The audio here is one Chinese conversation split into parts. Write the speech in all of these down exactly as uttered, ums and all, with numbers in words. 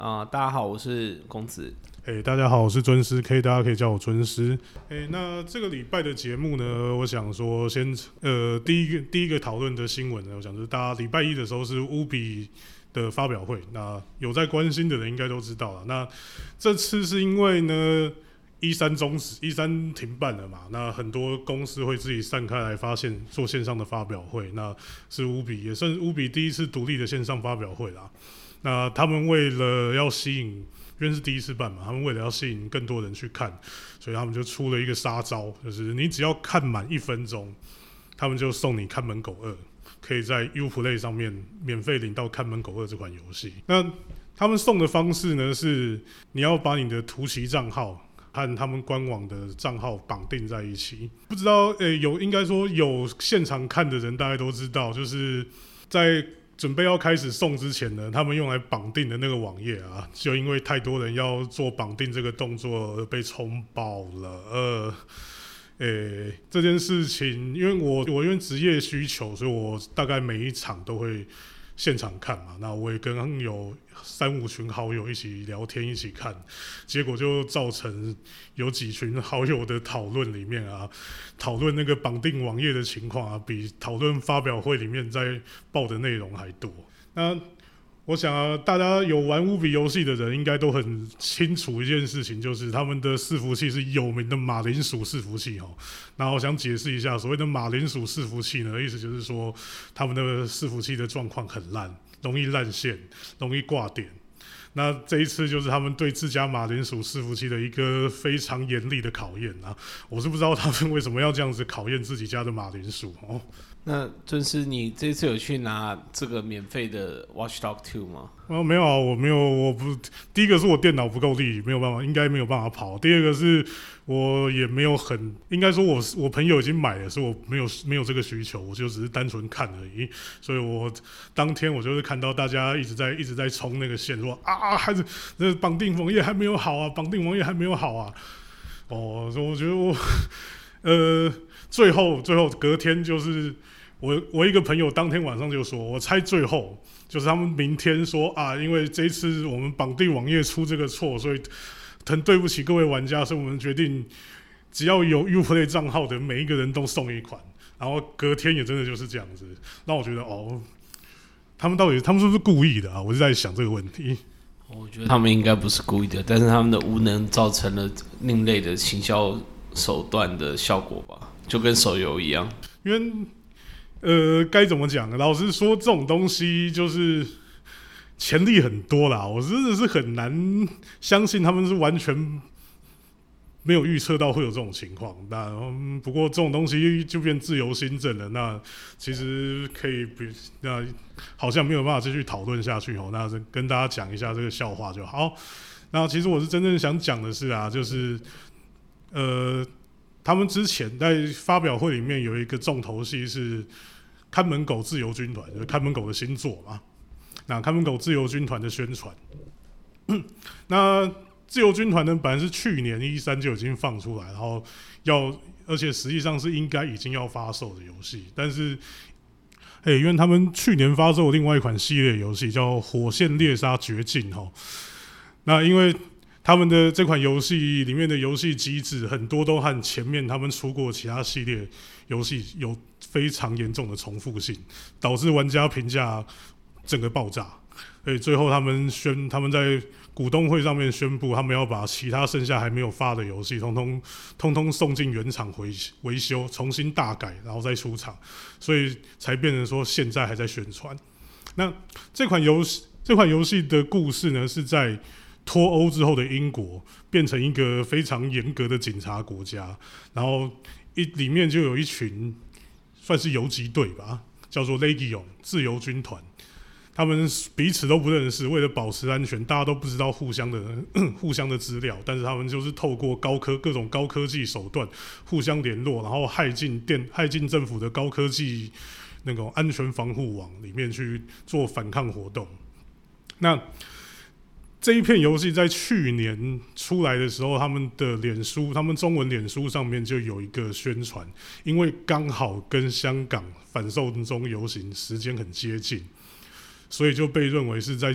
啊、呃，大家好，我是公子。 哎、欸，大家好，我是尊师，可以大家可以叫我尊师。哎、欸，那这个礼拜的节目呢，我想说先呃第一个第一个讨论的新闻呢，我想就是大家礼拜一的时候是乌比的发表会，那有在关心的人应该都知道了。那这次是因为呢一三终止，一三停办了嘛，那很多公司会自己散开来发现做线上的发表会，那是乌比也算是乌比第一次独立的线上发表会啦。那他们为了要吸引，因为是第一次办嘛，他们为了要吸引更多人去看，所以他们就出了一个杀招，就是你只要看满一分钟，他们就送你《看门狗二》，可以在 Uplay 上面免费领到《看门狗二》这款游戏。那他们送的方式呢，是你要把你的图奇账号和他们官网的账号绑定在一起。不知道，诶、欸，有应该说有现场看的人大概都知道，就是在准备要开始送之前呢，他们用来绑定的那个网页啊，就因为太多人要做绑定这个动作而被冲爆了。呃，诶、欸，这件事情，因为我我因为职业需求，所以我大概每一场都会现场看嘛。那我也跟有三五群好友一起聊天，一起看，结果就造成有几群好友的讨论里面啊，讨论那个绑定网页的情况啊，比讨论发表会里面在报的内容还多。那我想啊，大家有玩乌比游戏的人应该都很清楚一件事情，就是他们的伺服器是有名的马铃薯伺服器哦。那我想解释一下，所谓的马铃薯伺服器呢，意思就是说他们的伺服器的状况很烂，容易烂线，容易挂点。那这一次就是他们对自家马铃薯伺服器的一个非常严厉的考验啊！我是不知道他们为什么要这样子考验自己家的马铃薯哦。 那尊师，你这次有去拿这个免费的 Watch Dogs 二吗？ 哦，没有啊，我没有，我不。第一个是我电脑不够力，没有办法，应该没有办法跑。第二个是我也没有很，应该说我我朋友已经买了，所以我没有没有这个需求，我就只是单纯看而已。所以我当天我就是看到大家一直在一直在冲那个线，说啊，还是那绑定网页还没有好啊，绑定网页还没有好啊。哦，我觉得我呃，最后最后隔天就是。我我一个朋友当天晚上就说，我猜最后就是他们明天说啊，因为这一次我们绑定网页出这个错，所以很对不起各位玩家，所以我们决定只要有 Uplay 账号的每一个人都送一款。然后隔天也真的就是这样子，让我觉得哦，他们到底他们是不是故意的啊？我是在想这个问题。 我觉得他们应该不是故意的，但是他们的无能造成了另类的行销手段的效果吧，就跟手游一样， 因为。呃，该怎么讲呢？老实说，这种东西就是潜力很多啦。我真的是很难相信他们是完全没有预测到会有这种情况。那、嗯、不过这种东西就变自由新政了。那其实可以比，那好像没有办法继续讨论下去哦。那跟大家讲一下这个笑话就好。那其实我是真正想讲的是啊，就是呃。他们之前在发表会里面有一个重头戏是看门狗自由军团，就是看门狗的新作嘛。那看门狗自由军团的宣传，那自由军团呢，本来是去年一三就已经放出来，然后要，而且实际上是应该已经要发售的游戏，但是，哎、欸，因为他们去年发售另外一款系列游戏叫《火线猎杀绝境》哈，那因为。他们的这款游戏里面的游戏机制很多都和前面他们出过其他系列游戏有非常严重的重复性，导致玩家评价整个爆炸。所以最后他们宣他们在股东会上面宣布，他们要把其他剩下还没有发的游戏，通通通通送进原厂回维修，重新大改，然后再出厂，所以才变成说现在还在宣传。那这款游戏这款游戏的故事呢，是在。脱欧之后的英国变成一个非常严格的警察国家，然后一里面就有一群算是游击队吧，叫做 Legion 自由军团。他们彼此都不认识，为了保持安全，大家都不知道互相的互相的资料，但是他们就是透过高科各种高科技手段互相联络，然后害进电害进政府的高科技那种安全防护网里面去做反抗活动。那这一片游戏在去年出来的时候，他们的脸书，他们中文脸书上面就有一个宣传，因为刚好跟香港反送中游行时间很接近，所以就被认为是在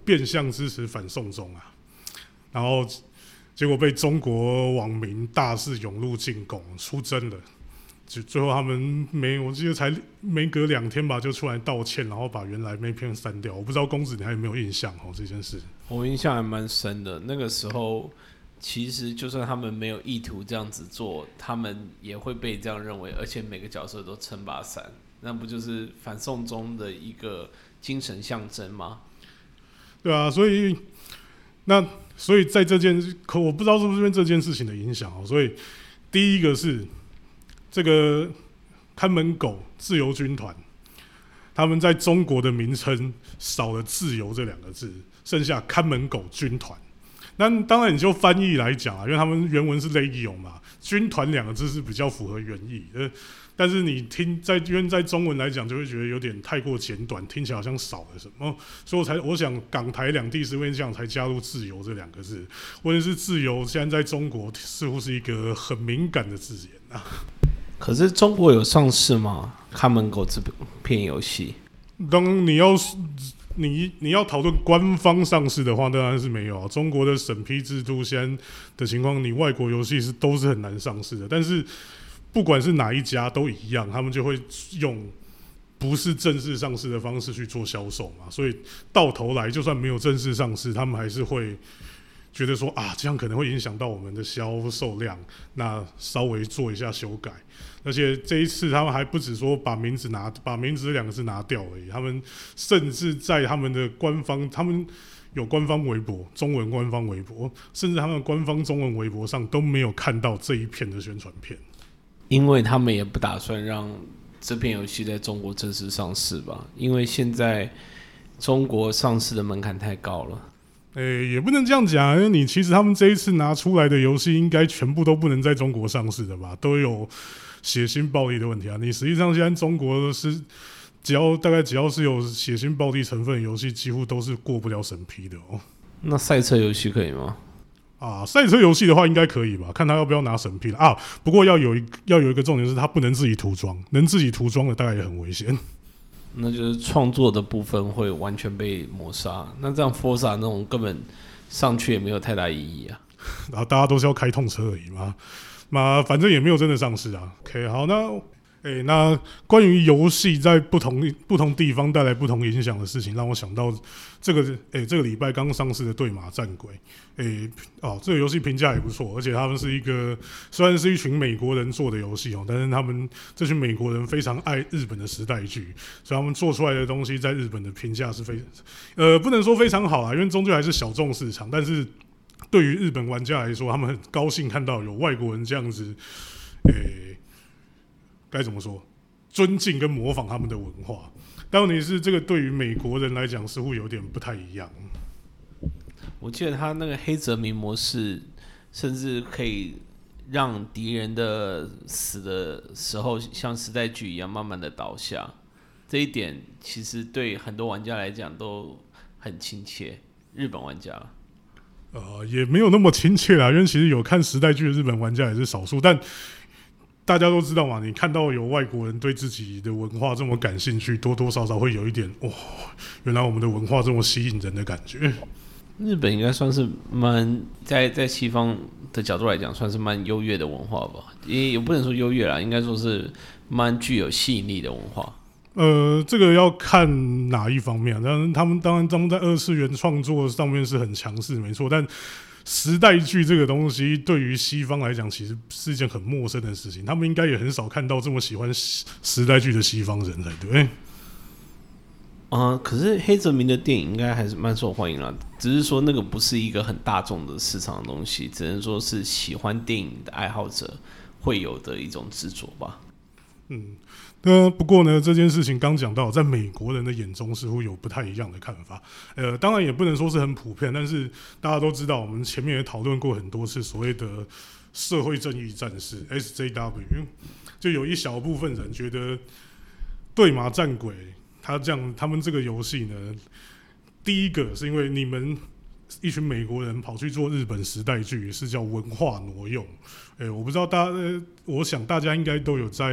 变相支持反送中啊，然后结果被中国网民大肆涌入进攻，出征了。就最后他们没，我记得才没隔两天吧，就出来道歉，然后把原来那篇删掉。我不知道公子你还有没有印象哦？这件事我印象还蛮深的。那个时候，其实就算他们没有意图这样子做，他们也会被这样认为，而且每个角色都撑把伞，那不就是反送中的一个精神象征吗？ 对啊，所以那所以在这件，可我不知道是不是因为这件事情的影响哦，所以第一个是。这个看门狗自由军团，他们在中国的名称少了"自由"这两个字，剩下看门狗军团。那当然，你就翻译来讲啊，因为他们原文是 Legion 嘛，军团两个字是比较符合原意的。但是你听在因为在中文来讲，就会觉得有点太过简短，听起来好像少了什么，所以我才我想港台两地是因为这样才加入"自由"这两个字，或者是"自由"现在在中国似乎是一个很敏感的字眼啊。 可是中国有上市吗？看门狗这片游戏， 当你要你你要讨论官方上市的话，当然是没有啊。中国的审批制度现在的情况，你外国游戏是都是很难上市的。但是不管是哪一家都一样，他们就会用不是正式上市的方式去做销售嘛。所以到头来，就算没有正式上市，他们还是会觉得说啊，这样可能会影响到我们的销售量，那稍微做一下修改。而且这一次他们还不止说把名字拿把名字这两个字拿掉而已，他们甚至在他们的官方，他们有官方微博，中文官方微博，甚至他们的官方中文微博上都没有看到这一片的宣传片， 因为他们也不打算让这片游戏在中国正式上市吧，因为现在中国上市的门槛太高了。 欸，也不能这样讲，因为你其实他们这一次拿出来的游戏，应该全部都不能在中国上市的吧？都有血腥暴力的问题啊！你实际上现在中国是只要大概只要是有血腥暴力成分的游戏，几乎都是过不了审批的哦。 那赛车游戏可以吗？ 啊，赛车游戏的话应该可以吧？看他要不要拿审批了啊。不过要有一要有一个重点是，他不能自己涂装，能自己涂装的大概也很危险。 那就是创作的部分会完全被抹杀。那这样 Forza 那种根本上去也没有太大意义啊。 然后大家都是要开痛车而已嘛，那反正也没有真的上市啊。OK， 好，那诶、欸，那关于游戏在不同不同地方带来不同影响的事情，让我想到这个诶、欸，这个礼拜刚上市的《对马战鬼》诶，哦，这个游戏评价也不错，而且他们是一个虽然是一群美国人做的游戏哦，但是他们这群美国人非常爱日本的时代剧，所以他们做出来的东西在日本的评价是非呃不能说非常好啦，因为终究还是小众市场，但是对于日本玩家来说，他们很高兴看到有外国人这样子，诶、欸。该怎么说？尊敬跟模仿他们的文化，但问题是，这个对于美国人来讲似乎有点不太一样。 我记得他那个黑泽明模式，甚至可以让敌人的死的时候像时代剧一样慢慢的倒下，这一点其实对很多玩家来讲都很亲切。日本玩家， 呃，也没有那么亲切啦，因为其实有看时代剧的日本玩家也是少数，但。大家都知道嘛，你看到有外国人对自己的文化这么感兴趣，多多少少会有一点哦，原来我们的文化这么吸引人的感觉。 日本应该算是蛮在在西方的角度来讲，算是蛮优越的文化吧，也也不能说优越啦，应该说是蛮具有吸引力的文化。 呃，这个要看哪一方面，但他们当然他们在二次元创作上面是很强势，没错，但。时代剧这个东西对于西方来讲，其实是一件很陌生的事情。他们应该也很少看到这么喜欢时代剧的西方人才对。 啊、呃，可是黑泽明的电影应该还是蛮受欢迎啦，只是说那个不是一个很大众的市场的东西，只能说是喜欢电影的爱好者会有的一种执着吧。 嗯，那不过呢，这件事情刚讲到，在美国人的眼中似乎有不太一样的看法。呃，当然也不能说是很普遍，但是大家都知道，我们前面也讨论过很多次所谓的社会正义战士 S J W， 就有一小部分人觉得《对马战鬼》他这样，他们这个游戏呢，第一个是因为你们一群美国人跑去做日本时代剧，是叫文化挪用。欸，我不知道大家，呃，我想大家应该都有在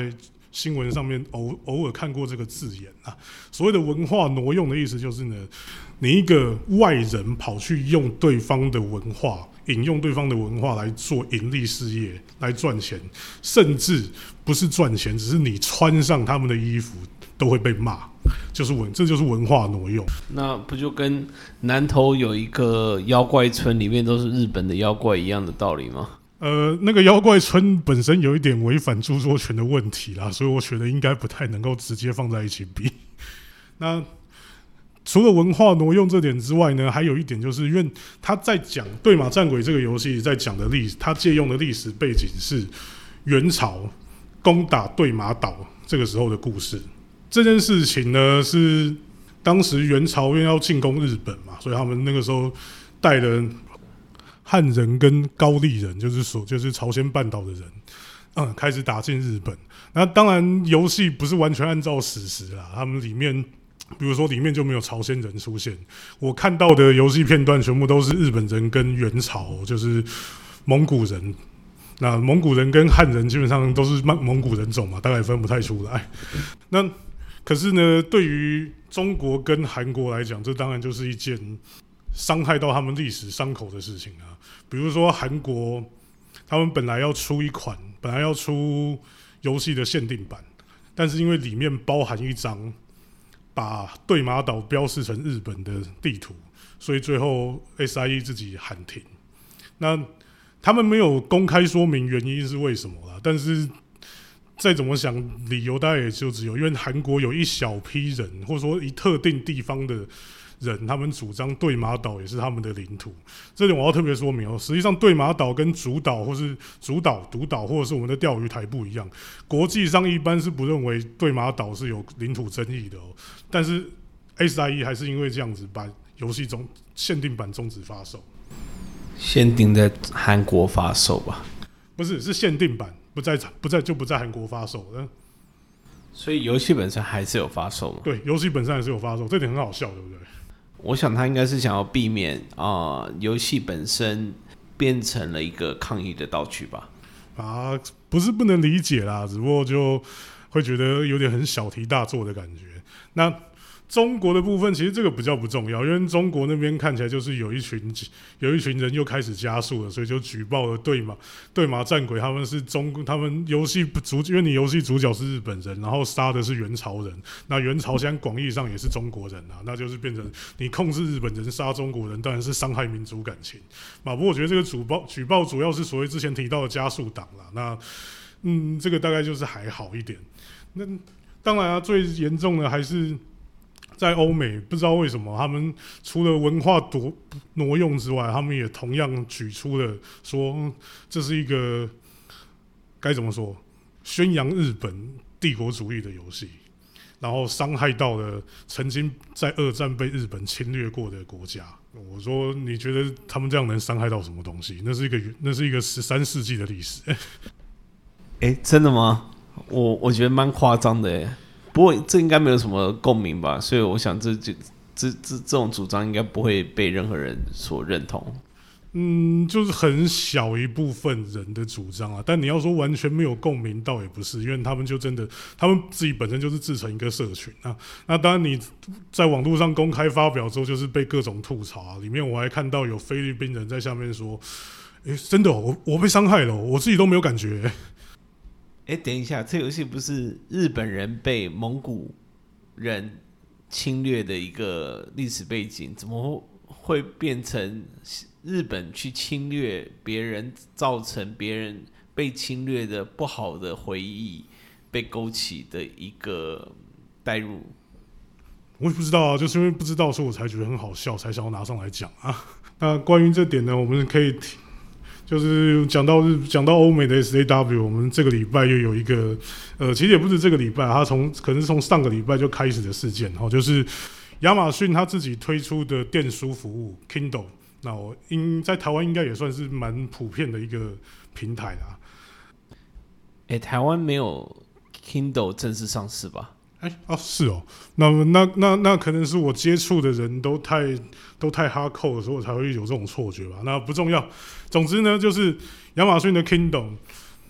新闻上面偶偶尔看过这个字眼啊。所谓的文化挪用的意思就是呢，你一个外人跑去用对方的文化，引用对方的文化来做盈利事业，来赚钱，甚至不是赚钱，只是你穿上他们的衣服都会被骂，就是文，这就是文化挪用。 那不就跟南投有一个妖怪村，里面都是日本的妖怪一样的道理吗？ 呃，那个妖怪村本身有一点违反著作权的问题啦，所以我觉得应该不太能够直接放在一起比。那除了文化挪用这点之外呢，还有一点就是，因为他在讲《对马战鬼》这个游戏在讲的历史，他借用的历史背景是元朝攻打对马岛这个时候的故事。这件事情呢，是当时元朝因为要进攻日本嘛，所以他们那个时候带了汉人跟高丽人，就是所就是朝鲜半岛的人，嗯，开始打进日本。那当然，游戏不是完全按照史实啦，他们里面，比如说里面就没有朝鲜人出现。我看到的游戏片段全部都是日本人跟元朝，就是蒙古人。那蒙古人跟汉人基本上都是蒙古人种嘛，大概分不太出来。那可是呢，对于中国跟韩国来讲，这当然就是一件伤害到他们历史伤口的事情啊。比如说韩国，他们本来要出一款，本来要出游戏的限定版，但是因为里面包含一张把对马岛标示成日本的地图，所以最后 S I E 自己喊停。那他们没有公开说明原因是为什么啦，但是再怎么想，理由大概也就只有因为韩国有一小批人，或者说一特定地方的人，他们主张对马岛也是他们的领土。这点我要特别说明哦。实际上，对马岛跟主岛或是主岛、独岛或者是我们的钓鱼台不一样。国际上一般是不认为对马岛是有领土争议的哦。但是 S I E 还是因为这样子把游戏中限定版终止发售。 限定在韩国发售吧？ 不是，是限定版，不在不在就不在韩国发售了。 所以游戏本身还是有发售吗？ 对，游戏本身还是有发售，这点很好笑，对不对？ 我想他应该是想要避免啊，游戏本身变成了一个抗议的道具吧？ 啊，不是不能理解啦，只不过就会觉得有点很小题大做的感觉。那中国的部分其实这个比较不重要，因为中国那边看起来就是有一群有一群人又开始加速了，所以就举报了对马对马战鬼，他们是中他们游戏主，因为你游戏主角是日本人，然后杀的是元朝人，那元朝现在广义上也是中国人啊，那就是变成你控制日本人杀中国人，当然是伤害民族感情嘛。不过我觉得这个举报举报主要是所谓之前提到的加速党啦，那嗯这个大概就是还好一点。那当然啊，最严重的还是在欧美，不知道为什么他们除了文化挪挪用之外，他们也同样举出了说这是一个该怎么说，宣扬日本帝国主义的游戏，然后伤害到了曾经在二战被日本侵略过的国家。我说，你觉得他们这样能伤害到什么东西？那是一个那是一个十三世纪的历史。哎、 欸，真的吗？我我觉得蛮夸张的哎。不过这应该没有什么共鸣吧，所以我想这这这这这种主张应该不会被任何人所认同。 嗯，就是很小一部分人的主张啊，但你要说完全没有共鸣，倒也不是，因为他们就真的，他们自己本身就是自成一个社群啊。那当然你在网络上公开发表之后，就是被各种吐槽啊。里面我还看到有菲律宾人在下面说：“哎、欸，真的、哦，我我被伤害了、哦，我自己都没有感觉、欸。” 哎、欸，等一下，这游戏不是日本人被蒙古人侵略的一个历史背景，怎么会变成日本去侵略别人，造成别人被侵略的不好的回忆被勾起的一个代入？ 我也不知道啊，就是因为不知道，所以我才觉得很好笑，才想要拿上来讲啊。那关于这点呢，我们可以就是讲到日讲到欧美的 S A W， 我们这个礼拜又有一个呃，其实也不是这个礼拜，它从可能是从上个礼拜就开始的事件哈，就是亚马逊它自己推出的电书服务 Kindle， 那我应在台湾应该也算是蛮普遍的一个平台啦。 哎、欸，台湾没有 Kindle 正式上市吧？ 哎、欸、哦，是哦，那那那那可能是我接触的人都太都太哈扣的时候，我才会有这种错觉吧。那不重要，总之呢，就是亚马逊的 Kindle，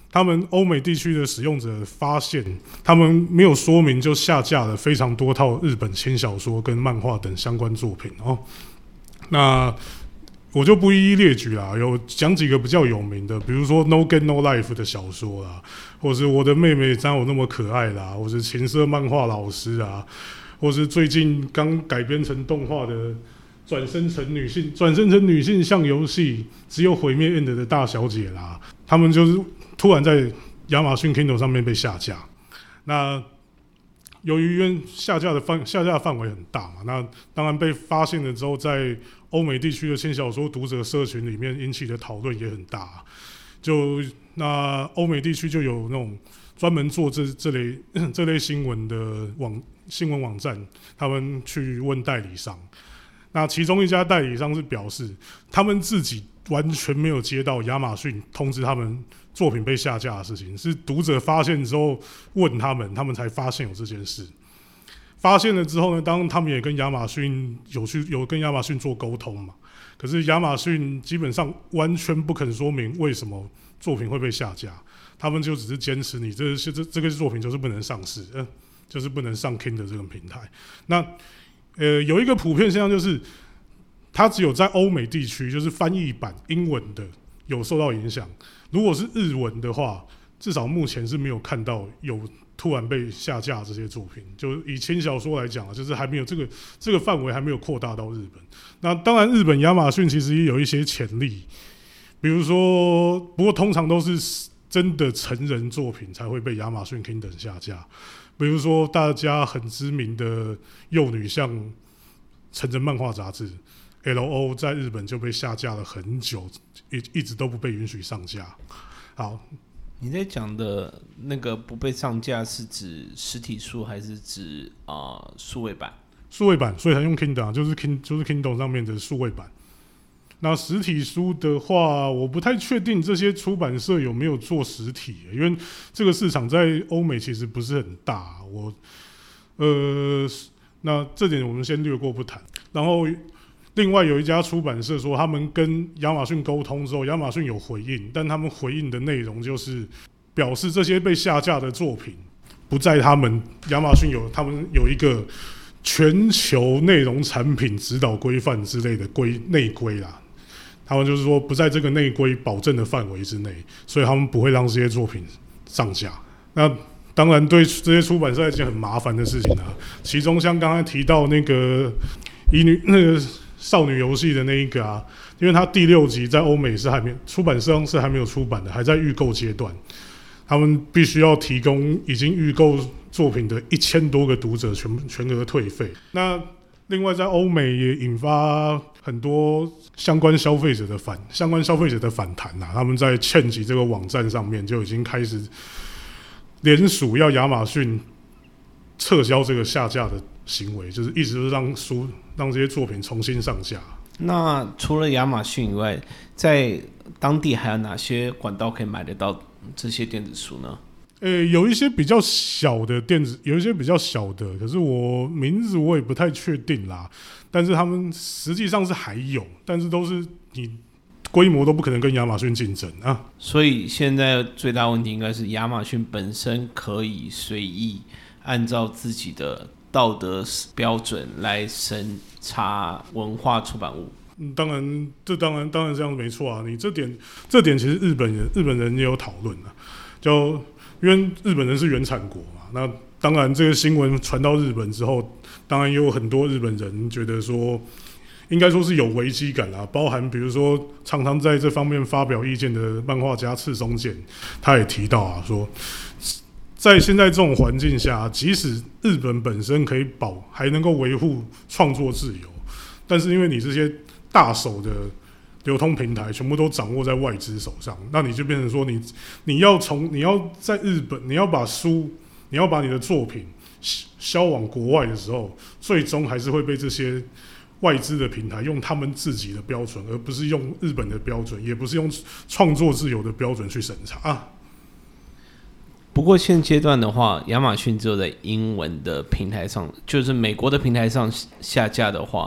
他们欧美地区的使用者发现，他们没有说明就下架了非常多套日本轻小说跟漫画等相关作品哦。那我就不一一列举啦，有讲几个比较有名的，比如说《No Game No Life》的小说啦，或是我的妹妹长有那么可爱啦，或是情色漫画老师啊，或是最近刚改编成动画的转生成女性、转生成女性向游戏，只有毁灭 end 的大小姐啦，他们就是突然在亚马逊 Kindle 上面被下架。那由于因为下架的范下架的范围很大嘛，那当然被发现了之后，在欧美地区的轻小说读者社群里面引起的讨论也很大。就那欧美地区就有那种专门做这这类这类新闻的网新闻网站，他们去问代理商。那其中一家代理商是表示，他们自己完全没有接到亚马逊通知他们作品被下架的事情，是读者发现之后问他们，他们才发现有这件事。发现了之后呢，当然他们也跟亚马逊有去有跟亚马逊做沟通嘛。可是亚马逊基本上完全不肯说明为什么作品会被下架，他们就只是坚持你这这这个作品就是不能上市，呃，就是不能上 Kindle 这个平台。那呃，有一个普遍现象就是，它只有在欧美地区，就是翻译版英文的有受到影响。如果是日文的话，至少目前是没有看到有突然被下架这些作品。就以轻小说来讲啊，就是还没有这个这个范围还没有扩大到日本。那当然，日本亚马逊其实也有一些潜力，比如说，不过通常都是真的成人作品才会被亚马逊 Kindle 下架。比如说，大家很知名的幼女向成人漫画杂志 L O 在日本就被下架了很久，一一直都不被允许上架。好， 你在讲的那个不被上架是指实体书还是指啊数位版？ 数位版，所以才用 Kindle，啊，就是 Kindle 就是 Kindle 上面的数位版。那实体书的话，我不太确定这些出版社有没有做实体，因为这个市场在欧美其实不是很大。我，呃，那这点我们先略过不谈。然后，另外有一家出版社说，他们跟亚马逊沟通之后，亚马逊有回应，但他们回应的内容就是表示这些被下架的作品不在他们亚马逊有他们有一个全球内容产品指导规范之类的规内规啦。他们就是说不在这个内规保证的范围之内，所以他们不会让这些作品上架。那当然对这些出版社是一件很麻烦的事情啊。其中像刚才提到那个乙女那个少女游戏的那一个啊，因为它第六集在欧美是还没出版商是还没有出版的，还在预购阶段，他们必须要提供已经预购作品的一千多个读者全全额退费。那另外在欧美也引发很多相关消费者的反相关消费者的反弹啊，他们在欠集这个网站上面就已经开始联署要亚马逊撤销这个下架的行为，就是一直是让书让这些作品重新上架。 那除了亚马逊以外，在当地还有哪些管道可以买得到这些电子书呢？ 呃，有一些比较小的电子，有一些比较小的，可是我名字我也不太确定啦。但是他们实际上是还有，但是都是你规模都不可能跟亚马逊竞争啊。 所以现在最大问题应该是亚马逊本身可以随意按照自己的道德标准来审查文化出版物。 嗯，当然，这当然当然这样没错啊。你这点这点其实日本人日本人也有讨论啊，就因为日本人是原产国嘛，那当然这个新闻传到日本之后，当然也有很多日本人觉得说，应该说是有危机感啦，包含比如说常常在这方面发表意见的漫画家赤松健，他也提到啊说，在现在这种环境下，即使日本本身可以保还能够维护创作自由，但是因为你这些大手的流通平台全部都掌握在外资手上，那你就变成说你你要从你要在日本你要把书你要把你的作品销往国外的时候，最终还是会被这些外资的平台用他们自己的标准，而不是用日本的标准，也不是用创作自由的标准去审查。啊、 不过现阶段的话，亚马逊只有在英文的平台上，就是美国的平台上下架的话，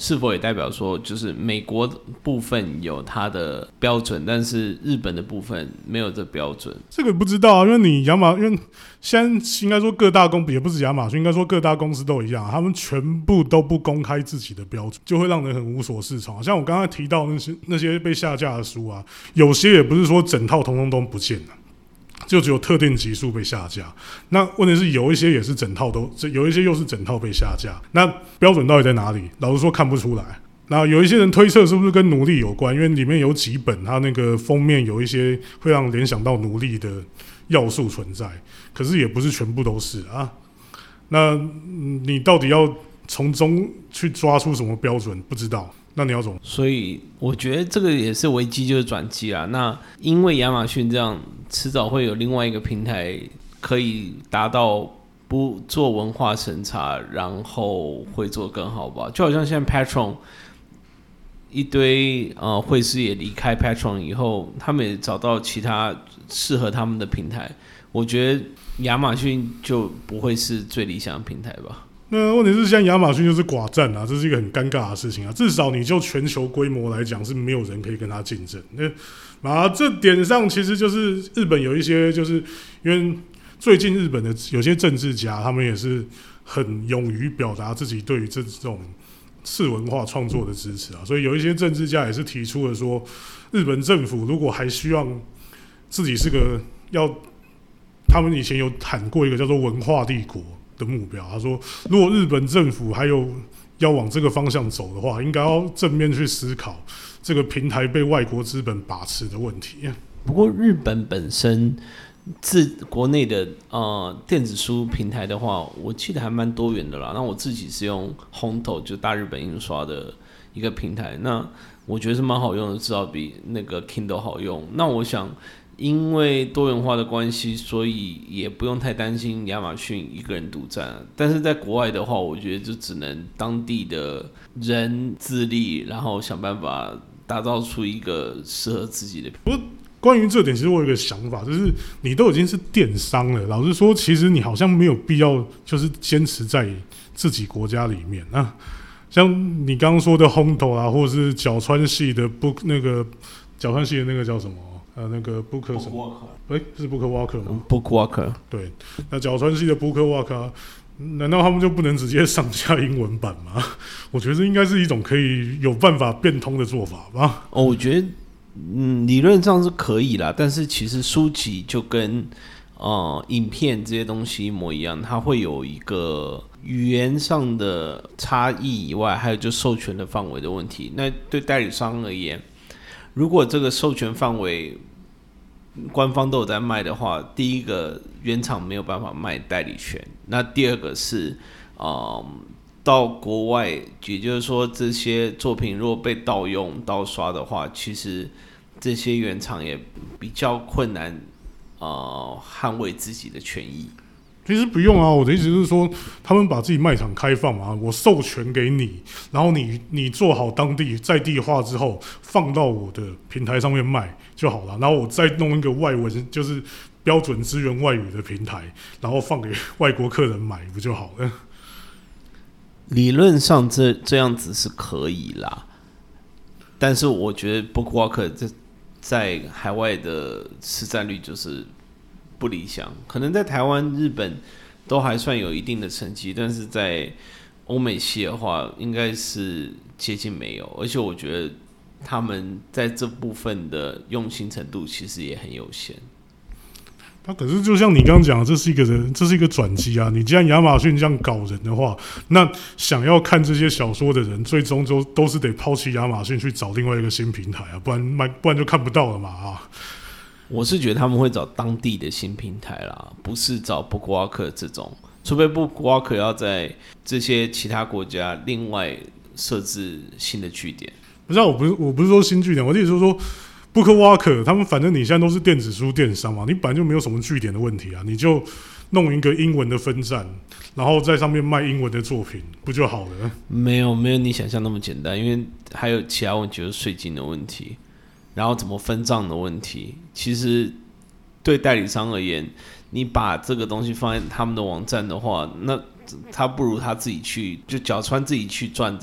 是否也代表说，就是美国部分有它的标准，但是日本的部分没有这标准？ 这个不知道啊，因为你亚马，因为现在应该说各大公也不是亚马逊，应该说各大公司都一样，他们全部都不公开自己的标准，就会让人很无所适从。像我刚才提到那些那些被下架的书啊，有些也不是说整套通通都不见了。就只有特定集数被下架，那问题是有一些也是整套都，有一些又是整套被下架，那标准到底在哪里？老实说看不出来。那有一些人推测是不是跟奴隶有关？因为里面有几本，它那个封面有一些会让联想到奴隶的要素存在，可是也不是全部都是啊。那你到底要从中去抓出什么标准？不知道。那你要怎么？ 所以我觉得这个也是危机就是转机啦。那因为亚马逊这样，迟早会有另外一个平台可以达到不做文化审查，然后会做更好吧。就好像现在 Patreon 一堆呃会师也离开 Patreon 以后，他们也找到其他适合他们的平台。我觉得亚马逊就不会是最理想的平台吧。 那问题是，现在亚马逊就是寡占啊，这是一个很尴尬的事情啊。至少你就全球规模来讲，是没有人可以跟他竞争。那啊，这点上其实就是日本有一些，就是因为最近日本的有些政治家，他们也是很勇于表达自己对于这种次文化创作的支持啊。所以有一些政治家也是提出了说，日本政府如果还希望自己是个要，他们以前有喊过一个叫做文化帝国的目标。他说，如果日本政府还有要往这个方向走的话，应该要正面去思考这个平台被外国资本把持的问题。 不过日本本身自国内的呃电子书平台的话，我记得还蛮多元的啦。那我自己是用 Honto 就大日本印刷的一个平台，那我觉得是蛮好用的，至少比那个 Kindle 好用。那我想，因为多元化的关系，所以也不用太担心亚马逊一个人独占。但是在国外的话，我觉得就只能当地的人自立，然后想办法打造出一个适合自己的。 不过关于这点，其实我有一个想法，就是你都已经是电商了，老实说，其实你好像没有必要就是坚持在自己国家里面啊。像你刚刚说的 Honto 啊，或者是角川系的 Book 那个角川系的那个叫什么？呃，那个 Booker 什么？哎、欸，是 Booker Walker 吗 ？Book Walker。 对，那角川系的 Booker Walker， 难道他们就不能直接上架英文版吗？我觉得这应该是一种可以有办法变通的做法吧。 哦，我觉得，嗯，理论上是可以啦，但是其实书籍就跟呃影片这些东西一模一样，它会有一个语言上的差异以外，还有就授权的范围的问题。那对代理商而言，如果这个授权范围官方都有在卖的话，第一个原厂没有办法卖代理权，那第二个是，嗯，到国外，也就是说这些作品如果被盗用、盗刷的话，其实这些原厂也比较困难，呃，捍卫自己的权益。 其实不用啊，我的意思是说，他们把自己卖场开放嘛，我授权给你，然后你你做好当地在地化之后，放到我的平台上面卖就好了。然后我再弄一个外文，就是标准支援外语的平台，然后放给外国客人买，不就好了？ 理论上这这样子是可以啦，但是我觉得 BookWalker 这在海外的市占率就是不理想，可能在台湾、日本都还算有一定的成绩，但是在欧美系的话，应该是接近没有。而且我觉得他们在这部分的用心程度其实也很有限。 他可是就像你刚刚讲的，这是一个人，这是一个转机啊！你既然亚马逊这样搞人的话，那想要看这些小说的人，最终都都是得抛弃亚马逊去找另外一个新平台啊，不然卖不然就看不到了嘛啊！ 我是觉得他们会找当地的新平台啦，不是找 BookWalker 这种，除非 BookWalker 要在这些其他国家另外设置新的据点。 不是、啊，我不是我不是说新据点，我的意思是说 BookWalker 他们反正你现在都是电子书电商嘛，你本来就没有什么据点的问题啊，你就弄一个英文的分站，然后在上面卖英文的作品，不就好了？ 没有没有你想象那么简单，因为还有其他问题，就是税金的问题。然后怎么分账的问题，其实对代理商而言，你把这个东西放在他们的网站的话，那他不如他自己去就角川自己去赚这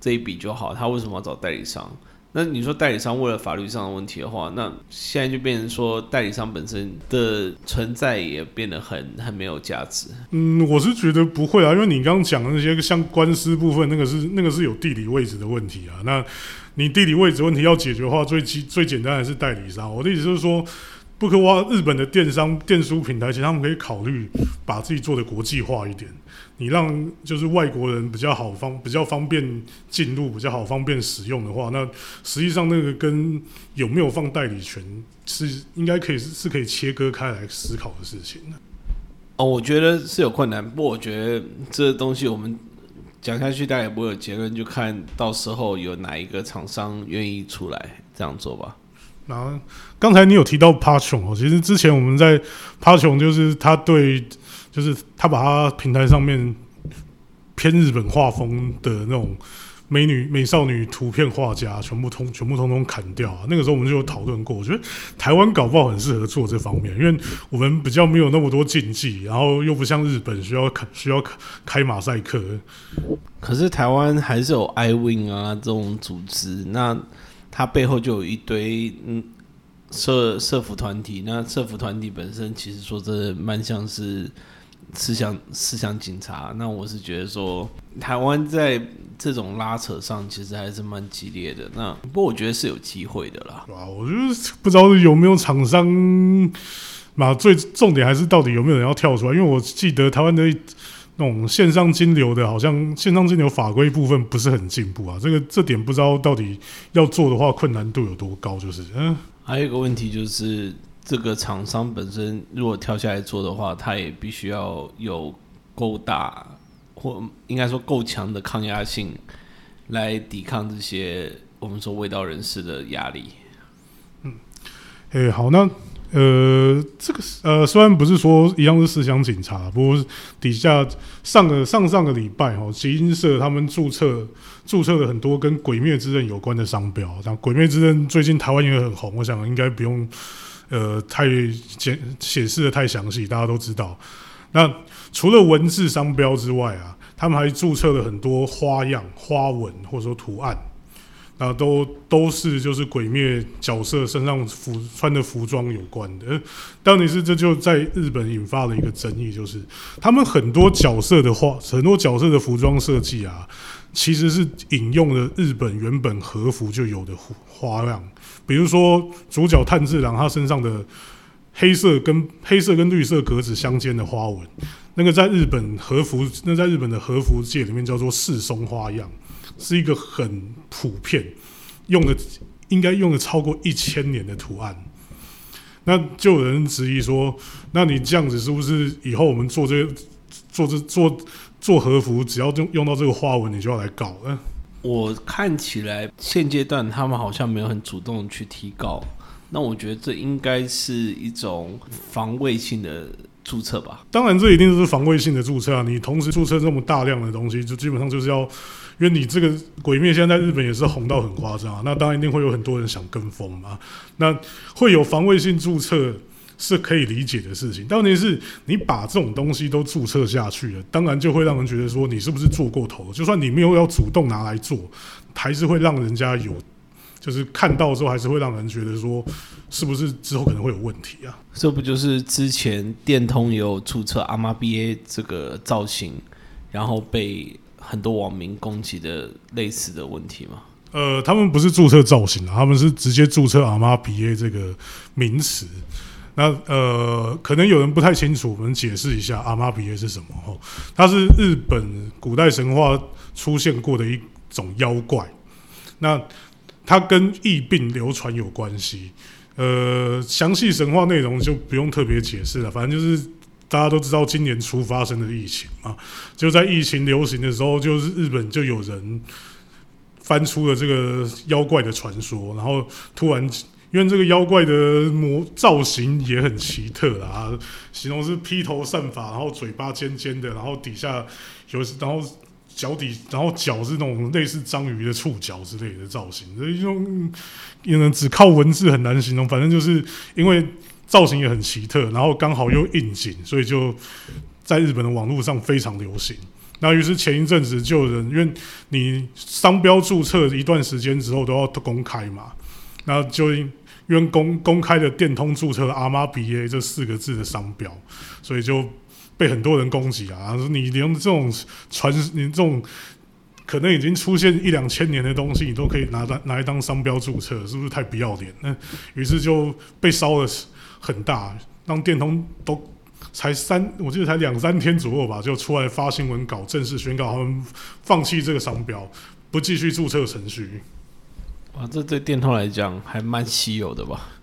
这一笔就好，他为什么要找代理商？那你说代理商为了法律上的问题的话，那现在就变成说代理商本身的存在也变得很很没有价值。 嗯，我是觉得不会啊，因为你刚刚讲的那些像官司部分，那个是那个是有地理位置的问题啊。那你地理位置问题要解决的话，最最简单的是代理商。我的意思就是说，不可挖日本的电商电书平台，其实他们可以考虑把自己做的国际化一点。你让就是外国人比较好方比较方便进入，比较好方便使用的话，那实际上那个跟有没有放代理权是应该可以是可以切割开来思考的事情。 哦，我觉得是有困难，不过我觉得这东西我们讲下去大概也不会有结论，就看到时候有哪一个厂商愿意出来这样做吧。 那刚才你有提到 Patreon 哦，其实之前我们在 Patreon 就是他对。就是他把他平台上面偏日本画风的那种美女美少女图片画家全部通全部通通砍掉啊！那个时候我们就有讨论过，我觉得台湾搞不好很适合做这方面，因为我们比较没有那么多禁忌，然后又不像日本需要需要开马赛克。 可是台湾还是有 iWin 啊这种组织，那它背后就有一堆嗯。社社服团体，那社服团体本身其实说真的蛮像是思想思想警察。那我是觉得说，台湾在这种拉扯上其实还是蛮激烈的。那不过我觉得是有机会的啦。 哇，我就是不知道有没有厂商嘛，最重点还是到底有没有人要跳出来？因为我记得台湾的那种线上金流的，好像线上金流法规部分不是很进步啊。这个这点不知道到底要做的话，困难度有多高？就是嗯。 还有一个问题就是，这个厂商本身如果跳下来做的话，它也必须要有够大，或应该说够强的抗压性，来抵抗这些我们说卫道人士的压力。 嗯，哎、欸，好，那呃，这个呃，虽然不是说一样是思想警察，不过底下上个上上个礼拜哈，集英社他们注册。注册了很多跟《鬼灭之刃》有关的商标，像《鬼灭之刃》最近台湾也很红，我想应该不用呃太解释的太详细，大家都知道。那除了文字商标之外啊，他们还注册了很多花样、花纹或者说图案，那都都是就是鬼灭角色身上服穿的服装有关的。当然是这就在日本引发了一个争议，就是他们很多角色的画，很多角色的服装设计啊。其实是引用了日本原本和服就有的花样，比如说主角炭治郎他身上的黑色跟黑色跟绿色格子相间的花纹，那个在日本和服，那在日本的和服界里面叫做四松花样，是一个很普遍用的，应该用了超过一千年的图案。那就有人质疑说，那你这样子是不是以后我们做这个做这做？做和服只要用用到这个花纹，你就要来告了。 我看起来现阶段他们好像没有很主动去提告，那我觉得这应该是一种防卫性的注册吧。 当然，这一定是防卫性的注册啊！你同时注册这么大量的东西，就基本上就是要，因为你这个鬼灭现在在日本也是红到很夸张啊，那当然一定会有很多人想跟风嘛。那会有防卫性注册。是可以理解的事情，但问题是你把这种东西都注册下去了，当然就会让人觉得说你是不是做过头了。就算你没有要主动拿来做，还是会让人家有，就是看到之后还是会让人觉得说是不是之后可能会有问题啊？ 这不就是之前电通也有注册阿妈 B A 这个造型，然后被很多网民攻击的类似的问题吗？ 呃，他们不是注册造型啊，他们是直接注册阿妈 B A 这个名词。那呃，可能有人不太清楚，我们解释一下阿妈比耶是什么？吼，它是日本古代神话出现过的一种妖怪。那它跟疫病流传有关系。呃，详细神话内容就不用特别解释了，反正就是大家都知道今年初发生的疫情嘛。就在疫情流行的时候，就是日本就有人翻出了这个妖怪的传说，然后突然。因为这个妖怪的模造型也很奇特啦，形容是披头散发，然后嘴巴尖尖的，然后底下有，然后脚底，然后脚是那种类似章鱼的触角之类的造型，这种也能只靠文字很难形容。反正就是因为造型也很奇特，然后刚好又应景，所以就在日本的网络上非常流行。 那于是前一阵子就有人，因为你商标注册一段时间之后都要公开嘛，那就因为公公开的电通注册阿玛比耶这四个字的商标，所以就被很多人攻击啊！说你连这种传，你这种可能已经出现一两千年的东西，你都可以拿拿来当商标注册，是不是太不要脸？那于是就被烧了很大，让电通都才三，我记得才两三天左右吧，就出来发新闻稿，正式宣告他们放弃这个商标，不继续注册程序。 哇，这对电通来讲还蛮稀有的吧？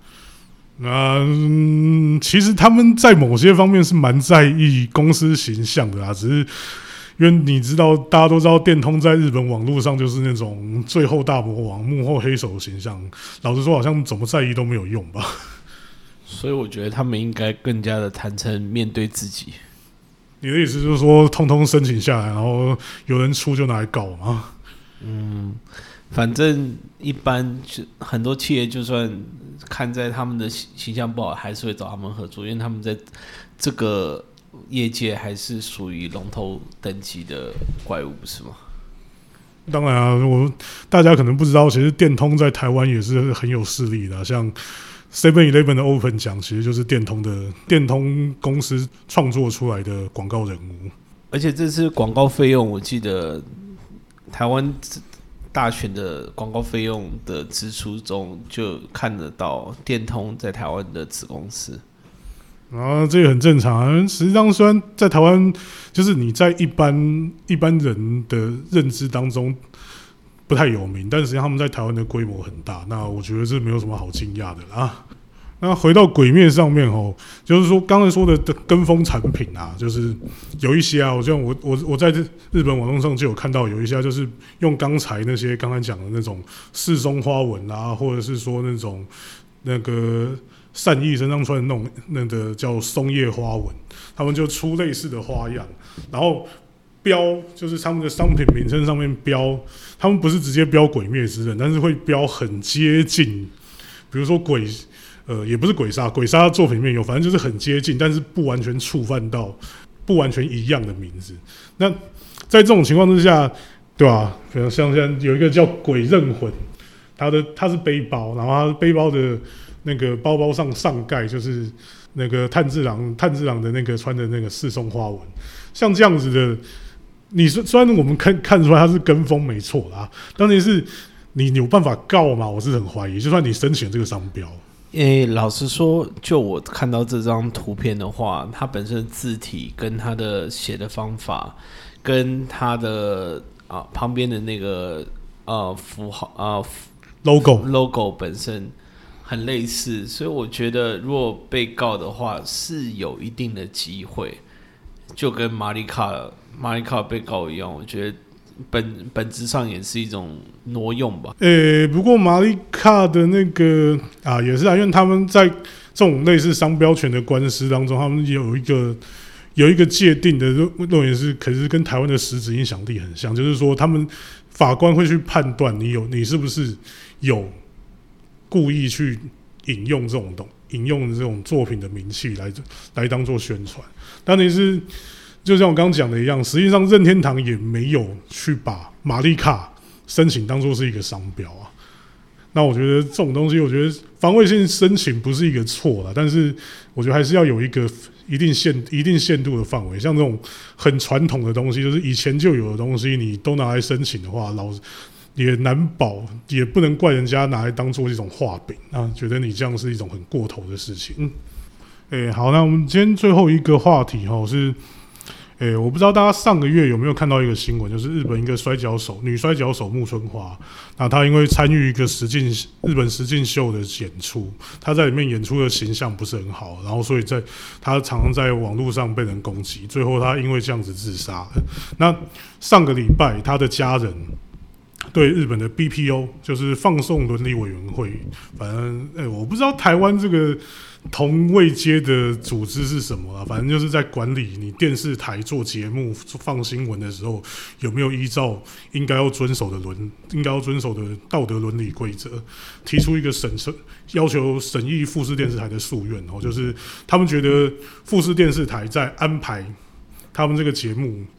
嗯，其实他们在某些方面是蛮在意公司形象的啦，只是因为你知道，大家都知道电通在日本网络上就是那种最后大魔王、幕后黑手的形象。老实说，好像怎么在意都没有用吧。 所以我觉得他们应该更加的坦诚面对自己。 你的意思就是说，通通申请下来，然后有人出就拿来告吗？ 嗯。反正一般很多企业就算看在他们的形象不好，还是会找他们合作，因为他们在这个业界还是属于龙头等级的怪物，不是吗？ 当然啊，我大家可能不知道，其实电通在台湾也是很有势力的、啊，像 seven eleven 的 Open 奖，其实就是电通的电通公司创作出来的广告人物。 而且这次广告费用，我记得台湾大选的广告费用的支出中，就看得到电通在台湾的子公司。 啊，这个很正常啊。实际上，虽然在台湾，就是你在一般一般人的认知当中不太有名，但实际上他们在台湾的规模很大。那我觉得这没有什么好惊讶的啦。那回到鬼灭上面哦，就是说刚才说的跟风产品啊，就是有一些啊，我像我我我在日本网络上就有看到有一些就是用刚才那些刚才讲的那种四松花纹啊，或者是说那种那个善意身上穿的那种那个叫松叶花纹，他们就出类似的花样，然后标就是他们的商品名称上面标，他们不是直接标鬼灭之刃，但是会标很接近，比如说鬼。呃，也不是鬼杀，鬼杀作品里面有，反正就是很接近，但是不完全触犯到不完全一样的名字。那在这种情况之下，对吧？比如像现在有一个叫鬼刃魂，它的它是背包，然后它背包的那个包包上上盖就是那个炭治郎炭治郎的那个穿的那个四松花纹，像这样子的，你虽然我们看看出来它是跟风没错啦，但是你有办法告吗？我是很怀疑，就算你申请这个商标。 诶、欸，老实说，就我看到这张图片的话，它本身的字体跟它的写的方法，跟它的啊旁边的那个呃符号啊 logo logo 本身很类似，所以我觉得如果被告的话是有一定的机会，就跟马里卡马里卡被告一样，我觉得。本本质上也是一种挪用吧。 呃、欸，不过马里卡的那个啊，也是啊，因为他们在这种类似商标权的官司当中，他们有一个有一个界定的认为是，可是跟台湾的实质影响力很像，就是说他们法官会去判断你有你是不是有故意去引用这种东引用这种作品的名气来来当做宣传，但你是。就像我刚刚讲的一样，实际上任天堂也没有去把马里卡申请当作是一个商标啊。那我觉得这种东西，我觉得防卫性申请不是一个错啦，但是我觉得还是要有一个一定限一定限度的范围。像这种很传统的东西，就是以前就有的东西，你都拿来申请的话，老也难保，也不能怪人家拿来当做一种画饼啊。觉得你这样是一种很过头的事情。嗯，欸、好，那我们今天最后一个话题哈是。欸、我不知道大家上个月有没有看到一个新闻，就是日本一个摔跤手，女摔跤手木村花，那她因为参与一个实境日本实境秀的演出，她在里面演出的形象不是很好，然后所以在她常常在网络上被人攻击，最后她因为这样子自杀了。那上个礼拜，她的家人对日本的 B P O 就是放送伦理委员会，反正、欸、我不知道台湾这个。同位阶的组织是什么啊？反正就是在管理你电视台做节目、放新闻的时候，有没有依照应该要遵守的伦、应该要遵守的道德伦理规则，提出一个审要求审议富士电视台的诉愿哦，就是他们觉得富士电视台在安排他们这个节目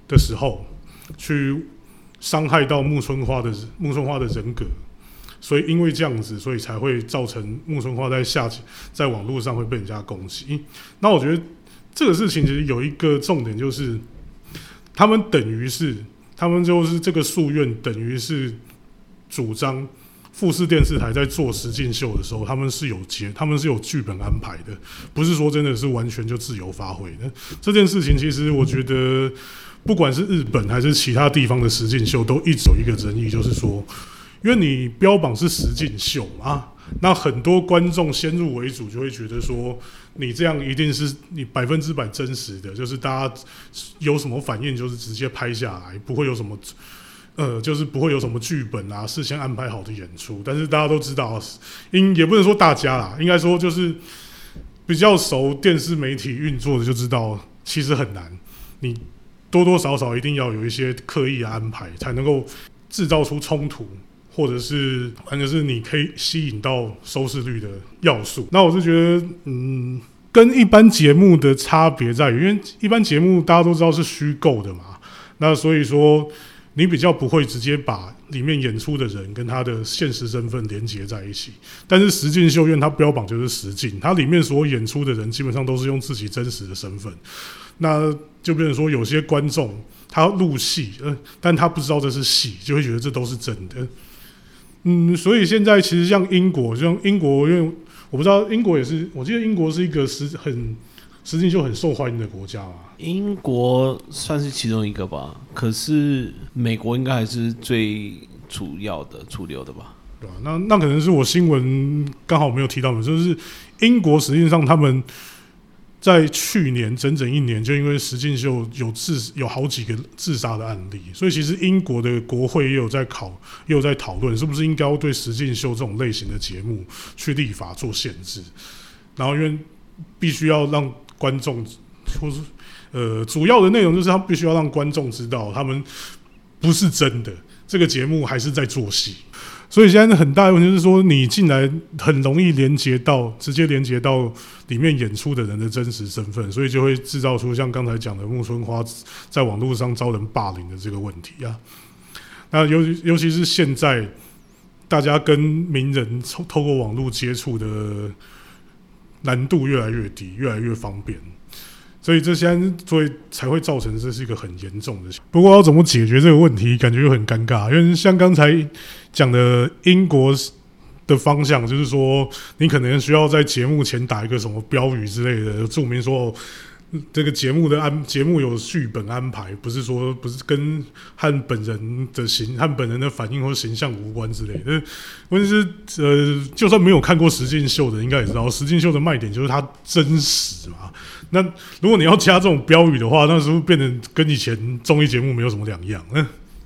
的时候，去伤害到木村花的木村花的人格，所以因为这样子，所以才会造成木村花在下在网络上会被人家攻击。那我觉得这个事情其实有一个重点，就是他们等于是他们就是这个诉愿等于是主张富士电视台在做实境秀的时候，他们是有节，他们是有剧本安排的，不是说真的是完全就自由发挥的。这件事情其实我觉得，不管是日本还是其他地方的实境秀，都一直有一个争议，就是说，因为你标榜是实境秀嘛，那很多观众先入为主就会觉得说，你这样一定是你百分之百真实的，就是大家有什么反应就是直接拍下来，不会有什么。呃，就是不会有什么剧本啊，事先安排好的演出。但是大家都知道，应也不能说大家啦，应该说就是比较熟电视媒体运作的就知道，其实很难。你多多少少一定要有一些刻意的安排，才能够制造出冲突，或者是反正是你可以吸引到收视率的要素。那我是觉得，嗯，跟一般节目的差别在于，因为一般节目大家都知道是虚构的嘛，那所以说。你比较不会直接把里面演出的人跟他的现实身份连结在一起，但是实境秀院它标榜就是实境，它里面所有演出的人基本上都是用自己真实的身份，那就变成说有些观众他入戏，呃，但他不知道这是戏，就会觉得这都是真的。嗯，所以现在其实像英国，像英国，因为我不知道英国也是，我记得英国是一个实很实境秀很受欢迎的国家嘛。 英国算是其中一个吧，可是美国应该还是最主要的、主流的吧？ 对吧、啊？那那可能是我新闻刚好没有提到的，就是英国实际上他们在去年整整一年，就因为实境秀有自有好几个自杀的案例，所以其实英国的国会也有在考，也有在讨论，是不是应该要对实境秀这种类型的节目去立法做限制，然后因为必须要让观众或是。呃，主要的内容就是他必须要让观众知道，他们不是真的，这个节目还是在做戏。所以现在很大的问题是说，你进来很容易连接到，直接连接到里面演出的人的真实身份，所以就会制造出像刚才讲的木村花在网络上遭人霸凌的这个问题啊。那尤尤其是现在大家跟名人透过网络接触的难度越来越低，越来越方便。所以这现在所以才会造成这是一个很严重的。不过要怎么解决这个问题，感觉又很尴尬。因为像刚才讲的英国的方向，就是说你可能需要在节目前打一个什么标语之类的，注明说这个节目的安节目有剧本安排，不是说不是跟和本人的形和本人的反应或形象无关之类的。问题是，呃，就算没有看过实境秀的，应该也知道实境秀的卖点就是它真实嘛。那如果你要加这种标语的话，那是不是变成跟以前综艺节目没有什么两样？嗯。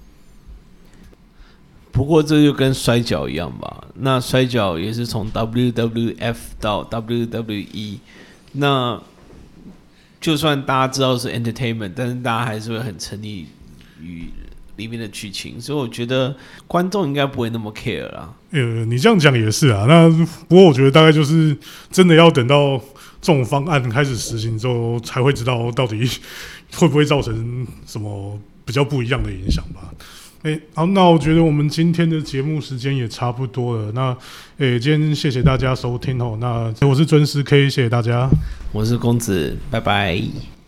不过这就跟摔跤一样吧。那摔跤也是从 W W F 到 W W E， 那就算大家知道是 entertainment， 但是大家还是会很沉溺于里面的剧情，所以我觉得观众应该不会那么 care 啦。 呃，你这样讲也是啊。那不过我觉得大概就是真的要等到这种方案开始实行之后，才会知道到底会不会造成什么比较不一样的影响吧。哎、欸，好，那我觉得我们今天的节目时间也差不多了。那，哎、欸，今天谢谢大家收听哦。那我是尊师 K， 谢谢大家。 我是公子，拜拜。